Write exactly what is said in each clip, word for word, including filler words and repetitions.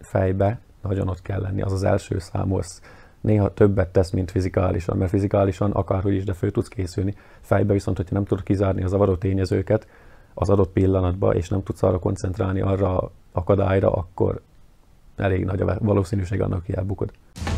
fejbe nagyon ott kell lenni. Az az első számú, az néha többet tesz, mint fizikálisan, mert fizikálisan akárhogy is, de föl tudsz készülni. Fejbe viszont, hogyha nem tudod kizárni a zavaró tényezőket az adott pillanatban, és nem tudsz arra koncentrálni, arra akadályra, akkor elég nagy a valószínűség annak, hogy elbukod.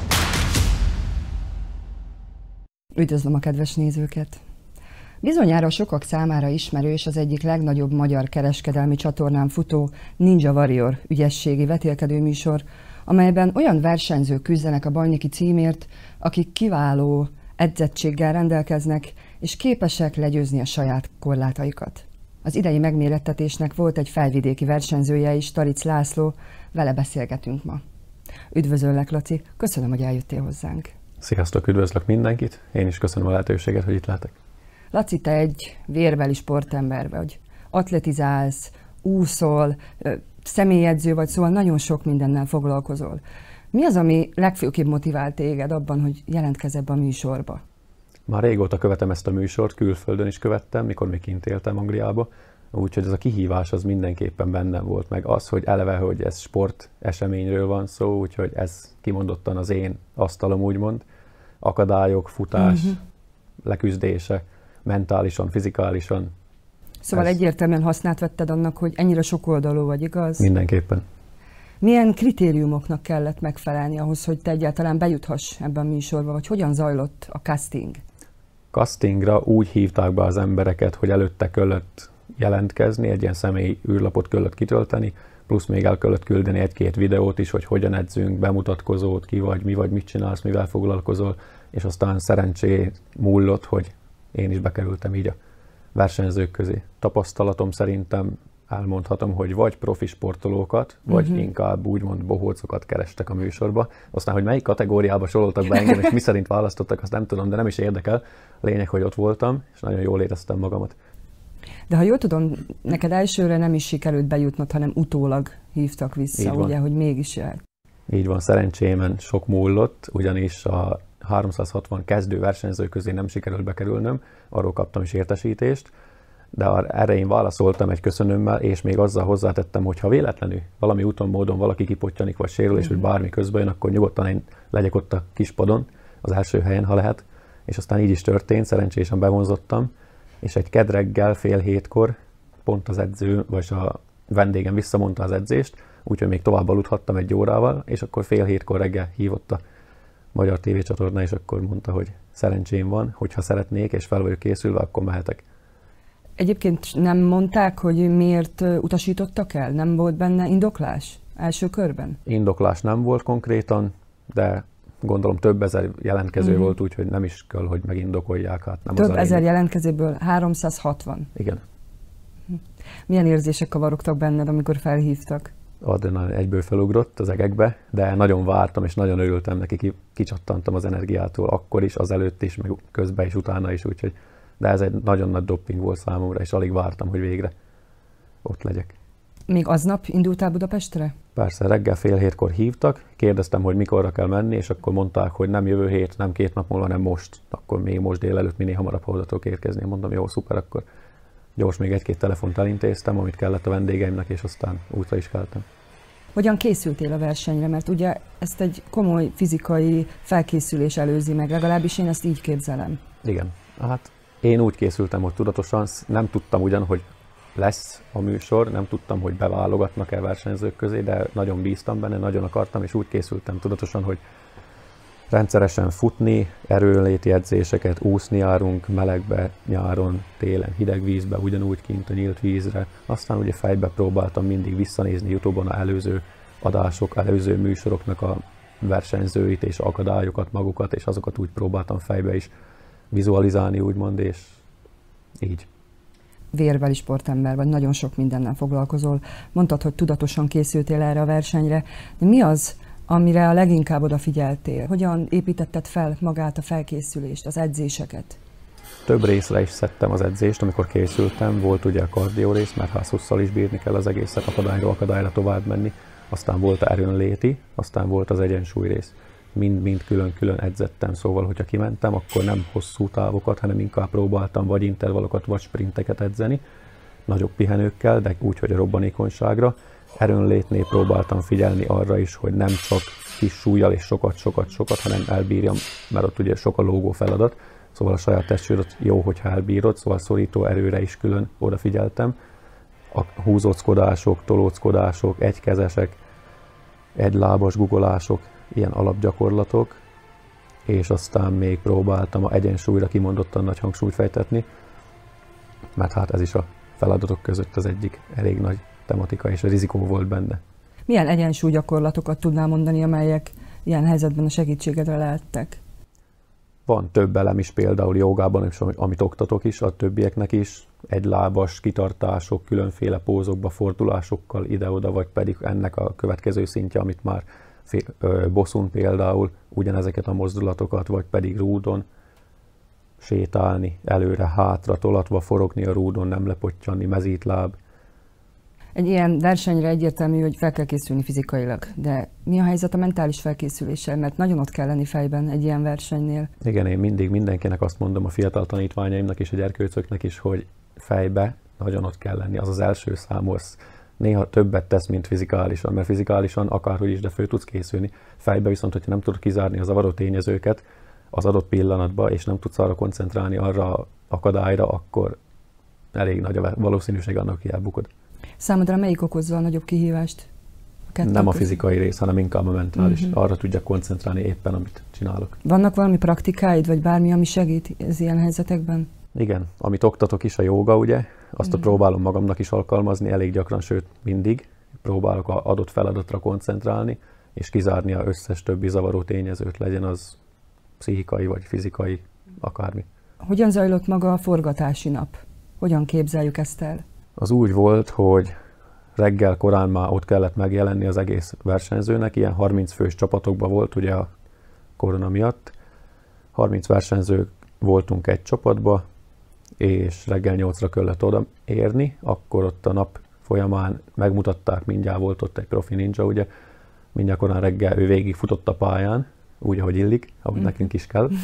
Üdvözlöm a kedves nézőket! Bizonyára sokak számára ismerős az egyik legnagyobb magyar kereskedelmi csatornán futó Ninja Warrior ügyességi vetélkedő műsor, amelyben olyan versenyzők küzdenek a bajnoki címért, akik kiváló edzettséggel rendelkeznek, és képesek legyőzni a saját korlátaikat. Az idei megmérettetésnek volt egy felvidéki versenyzője is, Taric László, vele beszélgetünk ma. Üdvözöllek, Laci, köszönöm, hogy eljöttél hozzánk. Sziasztok, üdvözlök mindenkit, én is köszönöm a lehetőséget, hogy itt lehetek. Laci, te egy vérbeli sportember vagy, atletizálsz, úszol, személyedző vagy, szóval nagyon sok mindennel foglalkozol. Mi az, ami legfőképp motivál téged abban, hogy jelentkezz ebbe a műsorba? Már régóta követem ezt a műsort, külföldön is követtem, mikor még kint éltem Angliába, úgyhogy ez a kihívás az mindenképpen bennem volt, meg az, hogy eleve, hogy ez sport eseményről van szó, úgyhogy ez kimondottan az én asztalom, úgymond. Akadályok, futás, uh-huh. leküzdése, mentálisan, fizikálisan. Szóval ez... egyértelműen hasznát vetted annak, hogy ennyire sokoldalú vagy, igaz? Mindenképpen. Milyen kritériumoknak kellett megfelelni ahhoz, hogy te egyáltalán bejuthass ebben a műsorba, vagy hogyan zajlott a casting? Castingra úgy hívták be az embereket, hogy előtte kellett jelentkezni, egy ilyen személyi űrlapot kellett kitölteni, plusz még el kellett küldeni egy-két videót is, hogy hogyan edzünk, bemutatkozót, ki vagy, mi vagy, mit csinálsz, mivel foglalkozol, és aztán szerencsé múlott, hogy én is bekerültem így a versenyzők közé. Tapasztalatom szerintem elmondhatom, hogy vagy profi sportolókat, vagy uh-huh. inkább úgymond bohócokat kerestek a műsorba. Aztán, hogy melyik kategóriába soroltak be engem, és mi szerint választottak, azt nem tudom, de nem is érdekel. Lényeg, hogy ott voltam, és nagyon jól éreztem magamat. De ha jól tudom, neked elsőre nem is sikerült bejutnod, hanem utólag hívtak vissza, ugye, hogy mégis jöhet. Így van, szerencsémen sok múlott, ugyanis a háromszázhatvan kezdő versenyző közé nem sikerült bekerülnöm, arról kaptam is értesítést, de erre én válaszoltam egy köszönömmel, és még azzal hozzátettem, hogy ha véletlenül valami úton, módon valaki kipottyanik, vagy sérül, és hogy bármi közben jön, akkor nyugodtan én legyek ott a kispadon, az első helyen, ha lehet, és aztán így is történt, szerencsésen bevonzottam, és egy kedd reggel fél hétkor pont az edző, vagy a vendégem visszamondta az edzést, úgyhogy még tovább aludhattam egy órával, és akkor fél hétkor reggel hívott a magyar tévécsatorna, és akkor mondta, hogy szerencsém van, hogyha szeretnék, és fel vagyok készülve, akkor mehetek. Egyébként nem mondták, hogy miért utasítottak el? Nem volt benne indoklás első körben? Indoklás nem volt konkrétan, de gondolom több ezer jelentkező uh-huh. volt, úgyhogy nem is kell, hogy megindokolják. Hát nem több az ezer jelentkezőből háromszázhatvan? Igen. Milyen érzések kavarogtak benned, amikor felhívtak? Adrenalin egyből felugrott az egekbe, de nagyon vártam, és nagyon örültem neki, kicsattantam az energiától, akkor is, azelőtt is, meg közben is, utána is, úgyhogy de ez egy nagyon nagy dopping volt számomra, és alig vártam, hogy végre ott legyek. Még aznap indultál Budapestre? Persze, reggel fél hétkor hívtak, kérdeztem, hogy mikorra kell menni, és akkor mondták, hogy nem jövő hét, nem két nap múlva, hanem most. Akkor még most délelőtt minél hamarabb hozzatok érkezni. Mondom, jó, szuper, akkor gyors még egy-két telefont elintéztem, amit kellett a vendégeimnek, és aztán útra is keltem. Hogyan készültél a versenyre? Mert ugye ezt egy komoly fizikai felkészülés előzi meg, legalábbis én ezt így képzelem. Igen, hát én úgy készültem, hogy tudatosan, nem tudtam ugyan, hogy lesz a műsor, nem tudtam, hogy beválogatnak-e versenyzők közé, de nagyon bíztam benne, nagyon akartam, és úgy készültem tudatosan, hogy rendszeresen futni, erőnléti edzéseket, úszni járunk melegbe, nyáron, télen, hideg vízbe, ugyanúgy kint a nyílt vízre. Aztán ugye fejbe próbáltam mindig visszanézni YouTube-on az előző adások, előző műsoroknak a versenyzőit és akadályokat, magukat, és azokat úgy próbáltam fejbe is vizualizálni, úgymond, és így. Vérbeli sportember vagy, nagyon sok mindennel foglalkozol. Mondtad, hogy tudatosan készültél erre a versenyre, de mi az, amire a leginkább odafigyeltél? Hogyan építetted fel magát a felkészülést, az edzéseket? Több részre is szedtem az edzést, amikor készültem. Volt ugye a kardió rész, mert házhosszal is bírni kell az egészet, akadályról akadályra tovább menni. Aztán volt erőnléti, aztán volt az egyensúly rész. Mind-mind külön-külön edzettem, szóval, hogyha kimentem, akkor nem hosszú távokat, hanem inkább próbáltam vagy intervallokat, vagy sprinteket edzeni, nagyobb pihenőkkel, de úgy, hogy a robbanékonyságra, erőnlétnél próbáltam figyelni arra is, hogy nem csak kis súlyjal és sokat, sokat, sokat, hanem elbírjam, mert ott ugye sok a lógó feladat, szóval a saját testsúlyot jó, hogyha elbírod, szóval szorító erőre is külön odafigyeltem. A húzóckodások, tolóckodások, egykezesek, egylábas guggolások, ilyen alapgyakorlatok, és aztán még próbáltam a egyensúlyra kimondottan nagy hangsúlyt fejtetni, mert hát ez is a feladatok között az egyik elég nagy tematika, és a rizikó volt benne. Milyen egyensúlygyakorlatokat tudnál mondani, amelyek ilyen helyzetben a segítségedre lehettek? Van több elem is, például jogában, amit oktatok is, a többieknek is, egylábas kitartások, különféle pózokba, fordulásokkal ide-oda, vagy pedig ennek a következő szintje, amit már bosszún például, ugyanezeket a mozdulatokat, vagy pedig rúdon sétálni, előre, hátra, tolatva forogni a rúdon, nem lepottyanni, mezítláb. Egy ilyen versenyre egyértelmű, hogy fel kell készülni fizikailag, de mi a helyzet a mentális felkészüléssel, mert nagyon ott kell lenni fejben egy ilyen versenynél. Igen, én mindig mindenkinek azt mondom, a fiatal tanítványaimnak is, a gyerkőcöknek is, hogy fejbe nagyon ott kell lenni, az az első számú, az néha többet tesz, mint fizikálisan, mert fizikálisan akárhogy is, de föl tudsz készülni. Fejbe viszont, hogyha nem tudod kizárni a zavaró tényezőket az adott pillanatban, és nem tudsz arra koncentrálni, arra a akadályra, akkor elég nagy a valószínűség annak, hogy elbukod. Számodra melyik okozza a nagyobb kihívást? A nem a fizikai rész, hanem inkább a mentális. Uh-huh. Arra tudjak koncentrálni éppen, amit csinálok. Vannak valami praktikáid, vagy bármi, ami segít ez ilyen helyzetekben? Igen, amit oktatok is, a jóga, ugye, azt uh-huh. a próbálom magamnak is alkalmazni, elég gyakran, sőt mindig. Próbálok az adott feladatra koncentrálni, és kizárni az összes többi zavaró tényezőt, legyen az pszichikai vagy fizikai, akármi. Hogyan zajlott maga a forgatási nap? Hogyan képzeljük ezt el? Az úgy volt, hogy reggel korán már ott kellett megjelenni az egész versenyzőnek, ilyen harminc fős csapatokban volt ugye a korona miatt. harminc versenyzők voltunk egy csapatba, és reggel nyolcra kellett oda érni, akkor ott a nap folyamán megmutatták, mindjárt volt ott egy profi ninja, ugye, mindjárt korán reggel ő végig futott a pályán, úgy, ahogy illik, ahogy mm. nekünk is kell.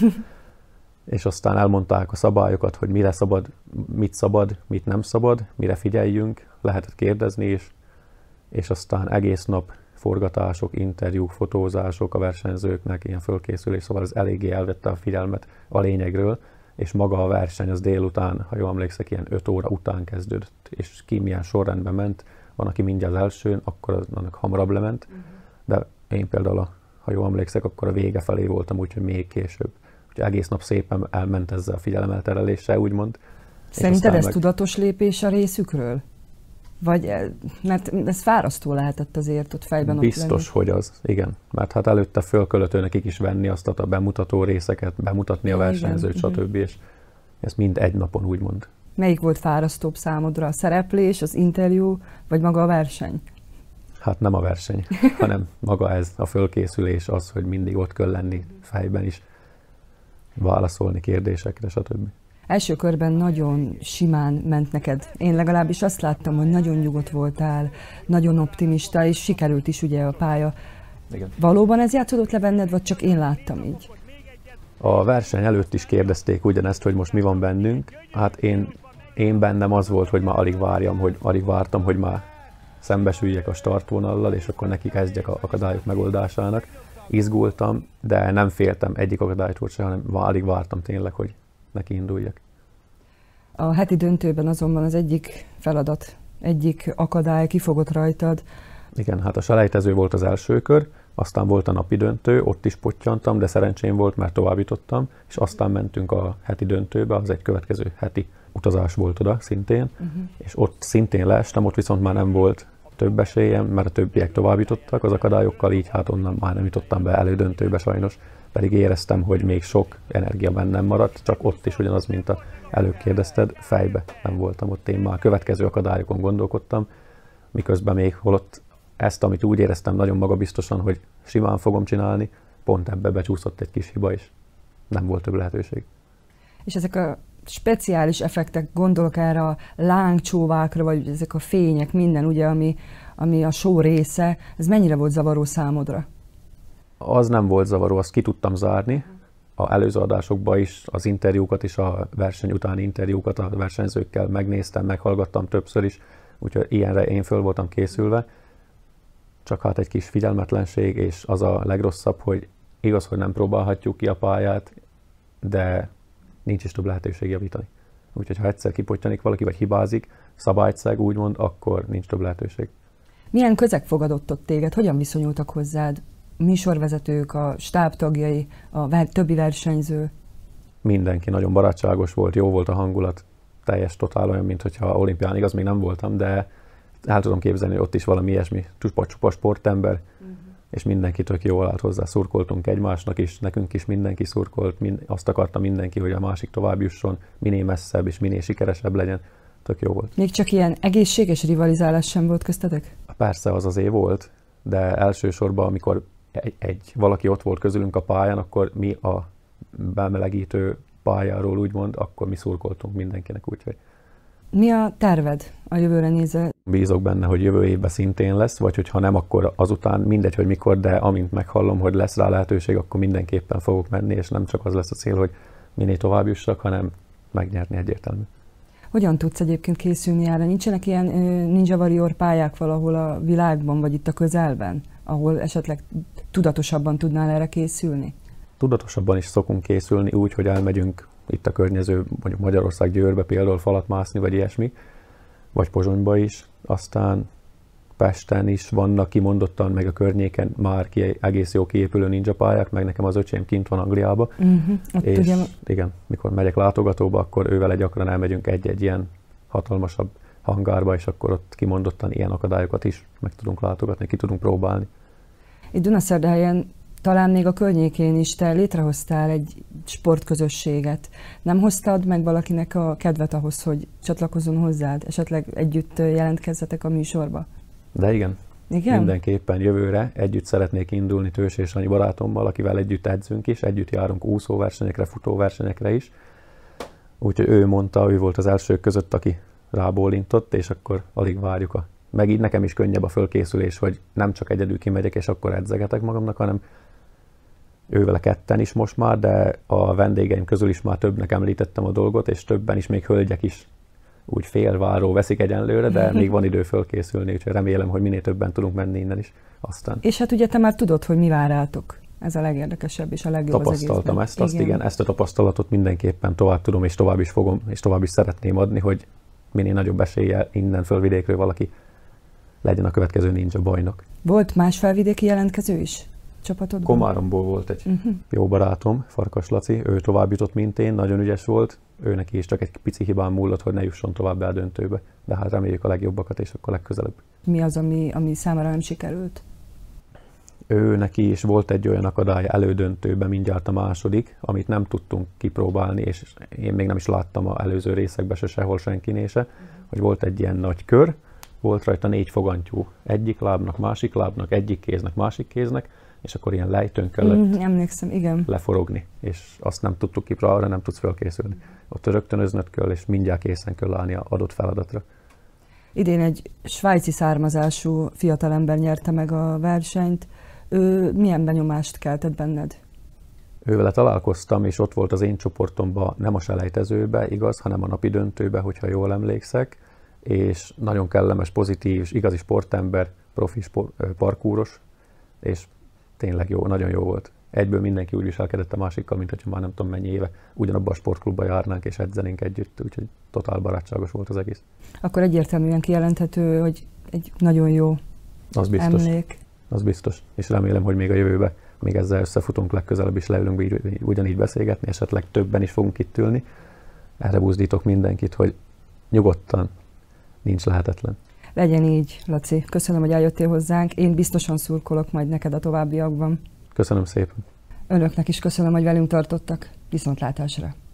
És aztán elmondták a szabályokat, hogy mire szabad, mit szabad, mit nem szabad, mire figyeljünk, lehetett kérdezni is, és aztán egész nap forgatások, interjúk, fotózások a versenyzőknek, ilyen fölkészülés, szóval ez eléggé elvette a figyelmet a lényegről, és maga a verseny az délután, ha jól emlékszek, ilyen öt óra után kezdődött, és ki milyen sorrendben ment, van, aki mindjárt az elsőn, akkor az, annak hamarabb lement, uh-huh. de én például, a, ha jól emlékszek, akkor a vége felé voltam, úgyhogy még később. Úgyhogy egész nap szépen elment ezzel a figyelemeltereléssel, úgymond. Szerinted ez meg... tudatos lépés a részükről? Vagy, mert ez fárasztó lehetett azért ott fejben Biztos, ott lenni. hogy az, igen. Mert hát előtte fölköltő nekik is venni azt a bemutató részeket, bemutatni a versenyzőt, igen. stb. És ez mind egy napon úgymond. Melyik volt fárasztóbb számodra? A szereplés, az interjú, vagy maga a verseny? Hát nem a verseny, hanem maga ez, a fölkészülés, az, hogy mindig ott kell lenni fejben is, válaszolni kérdésekre, stb. Első körben nagyon simán ment neked. Én legalábbis azt láttam, hogy nagyon nyugodt voltál, nagyon optimista, és sikerült is ugye a pálya. Igen. Valóban ez játszódott le benned, vagy csak én láttam így? A verseny előtt is kérdezték ugyanezt, hogy most mi van bennünk. Hát én, én bennem az volt, hogy már alig várjam, hogy alig vártam, hogy már szembesüljek a startvonallal, és akkor neki kezdjek a akadályok megoldásának. Izgultam, de nem féltem egyik akadálytól se, hanem alig vártam tényleg, hogy neki induljak. A heti döntőben azonban az egyik feladat, egyik akadály kifogott rajtad. Igen, hát a selejtező volt az első kör, aztán volt a napi döntő, ott is pottyantam, de szerencsém volt, mert továbbítottam, és aztán mentünk a heti döntőbe, az egy következő heti utazás volt oda szintén, uh-huh. és ott szintén leestem, ott viszont már nem volt több esélyem, mert a többiek továbbítottak az akadályokkal, így hát onnan már nem jutottam be elődöntőbe sajnos, pedig éreztem, hogy még sok energia bennem maradt, csak ott is ugyanaz, mint a előbb kérdezted, fejbe nem voltam ott, én már a következő akadályokon gondolkodtam, miközben még holott ezt, amit úgy éreztem nagyon magabiztosan, hogy simán fogom csinálni, pont ebbe becsúszott egy kis hiba is. Nem volt több lehetőség. És ezek a speciális effektek, gondolok erre a lángcsóvákra, vagy ezek a fények, minden, ugye, ami, ami a show része, ez mennyire volt zavaró számodra? Az nem volt zavaró, azt ki tudtam zárni. A előző adásokban is, az interjúkat is, a verseny utáni interjúkat a versenyzőkkel megnéztem, meghallgattam többször is, úgyhogy ilyenre én föl voltam készülve. csak hát egy kis figyelmetlenség, és az a legrosszabb, hogy igaz, hogy nem próbálhatjuk ki a pályát, de nincs is több lehetőség javítani. Úgyhogy ha egyszer kipottyanik valaki, vagy hibázik, szabályszeg úgymond, akkor nincs több lehetőség. Milyen közeg fogadott ott téged? Hogyan viszonyultak hozzád? A műsorvezetők, a stábtagjai, a ver- többi versenyző? Mindenki nagyon barátságos volt, jó volt a hangulat, teljes, totál olyan, mint hogyha olimpián, igaz, még nem voltam, de el tudom képzelni, hogy ott is valami ilyesmi, csupa-csupa sportember, uh-huh. és mindenki tök jól állt hozzá, szurkoltunk egymásnak is, nekünk is mindenki szurkolt, mind, azt akarta mindenki, hogy a másik tovább jusson, minél messzebb és minél sikeresebb legyen, tök jó volt. Még csak ilyen egészséges rivalizálás sem volt köztetek? Persze az azért volt, de elsősorban, amikor egy, egy valaki ott volt közülünk a pályán, akkor mi a bemelegítő pályáról úgymond, akkor mi szurkoltunk mindenkinek, úgyhogy. Mi a terved a jövőre nézve? Bízok benne, hogy jövő évben szintén lesz, vagy hogyha nem, akkor azután mindegy, hogy mikor, de amint meghallom, hogy lesz rá lehetőség, akkor mindenképpen fogok menni, és nem csak az lesz a cél, hogy minél tovább jussak, hanem megnyerni egyértelmű. Hogyan tudsz egyébként készülni erre? Nincsenek ilyen Ninja Warrior pályák valahol a világban, vagy itt a közelben, ahol esetleg tudatosabban tudnál erre készülni? Tudatosabban is szokunk készülni úgy, hogy elmegyünk itt a környező, mondjuk Magyarország Győrbe például falat mászni, vagy ilyesmi, vagy Pozsonyba is. Aztán Pesten is vannak kimondottan, meg a környéken már ki, egész jó kiépülő ninja pályák, meg nekem az öcsém kint van Angliába. Uh-huh. És ugye... igen, mikor megyek látogatóba, akkor ővele gyakran elmegyünk egy-egy ilyen hatalmasabb hangárba, és akkor ott kimondottan ilyen akadályokat is meg tudunk látogatni, ki tudunk próbálni. Itt Dunaszerdahelyen, talán még a környékén is te létrehoztál egy sportközösséget. Nem hoztad meg valakinek a kedvet ahhoz, hogy csatlakozzon hozzád? Esetleg együtt jelentkezzetek a műsorba? De igen, igen? Mindenképpen jövőre együtt szeretnék indulni Tős és Sanyi barátommal, akivel együtt edzünk is, együtt járunk úszóversenyekre, futóversenyekre is. Úgyhogy ő mondta, ő volt az elsők között, aki rábólintott, és akkor alig várjuk a... Meg így nekem is könnyebb a fölkészülés, hogy nem csak egyedül kimegyek, és akkor edzegetek magamnak, hanem ővele ketten is most már, de a vendégeim közül is már többnek említettem a dolgot, és többen is, még hölgyek is úgy félváró veszik egyenlőre, de még van idő fölkészülni, úgyhogy remélem, hogy minél többen tudunk menni innen is aztán. És hát ugye te már tudod, hogy mi vár rátok. Ez a legérdekesebb és a legjobb az egészben. Tapasztaltam ezt, azt igen. igen, ezt a tapasztalatot mindenképpen tovább tudom, és tovább is fogom, és tovább is szeretném adni, hogy minél nagyobb eséllyel innen fölvidékről valaki legyen a következő ninja bajnok. Volt más felvidéki jelentkező is csapatodban? Komáromból volt egy uh-huh. jó barátom, Farkas Laci, ő tovább jutott, mint én, nagyon ügyes volt, ő neki is csak egy pici hibán múlott, hogy ne jusson tovább a döntőbe, de hát reméljük a legjobbakat, és akkor legközelebb. Mi az, ami, ami számára nem sikerült? Ő neki is volt egy olyan akadály elődöntőben, mindjárt a második, amit nem tudtunk kipróbálni, és én még nem is láttam az előző részekben se sehol senkinél se, uh-huh. hogy volt egy ilyen nagy kör, volt rajta négy fogantyú, egyik lábnak, másik lábnak, egyik kéznek, másik kéznek, és akkor ilyen lejtőn kellett mm, emlékszem, igen. leforogni, és azt nem tudtuk ki, arra nem tudsz felkészülni. Ott rögtönöznöd kell, és mindjárt készen kell állni az adott feladatra. Idén egy svájci származású fiatalember nyerte meg a versenyt. Ő milyen benyomást keltett benned? Ővele találkoztam, és ott volt az én csoportomban, nem a selejtezőbe, igaz, hanem a napi döntőbe, hogyha jól emlékszek, és nagyon kellemes, pozitív, igazi sportember, profi sport, parkúros, és tényleg jó, nagyon jó volt. Egyből mindenki úgy viselkedett a másikkal, mint hogyha már nem tudom mennyi éve ugyanabban a sportklubban járnánk és edzenénk együtt, úgyhogy totál barátságos volt az egész. Akkor egyértelműen kijelenthető, hogy egy nagyon jó az biztos, emlék. Az biztos, és remélem, hogy még a jövőben, még ezzel összefutunk, legközelebb is leülünk ugyanígy beszélgetni, esetleg többen is fogunk itt ülni. Erre buzdítok mindenkit, hogy nyugodtan, nincs lehetetlen. Legyen így, Laci. Köszönöm, hogy eljöttél hozzánk. Én biztosan szurkolok majd neked a továbbiakban. Köszönöm szépen. Önöknek is köszönöm, hogy velünk tartottak. Viszontlátásra.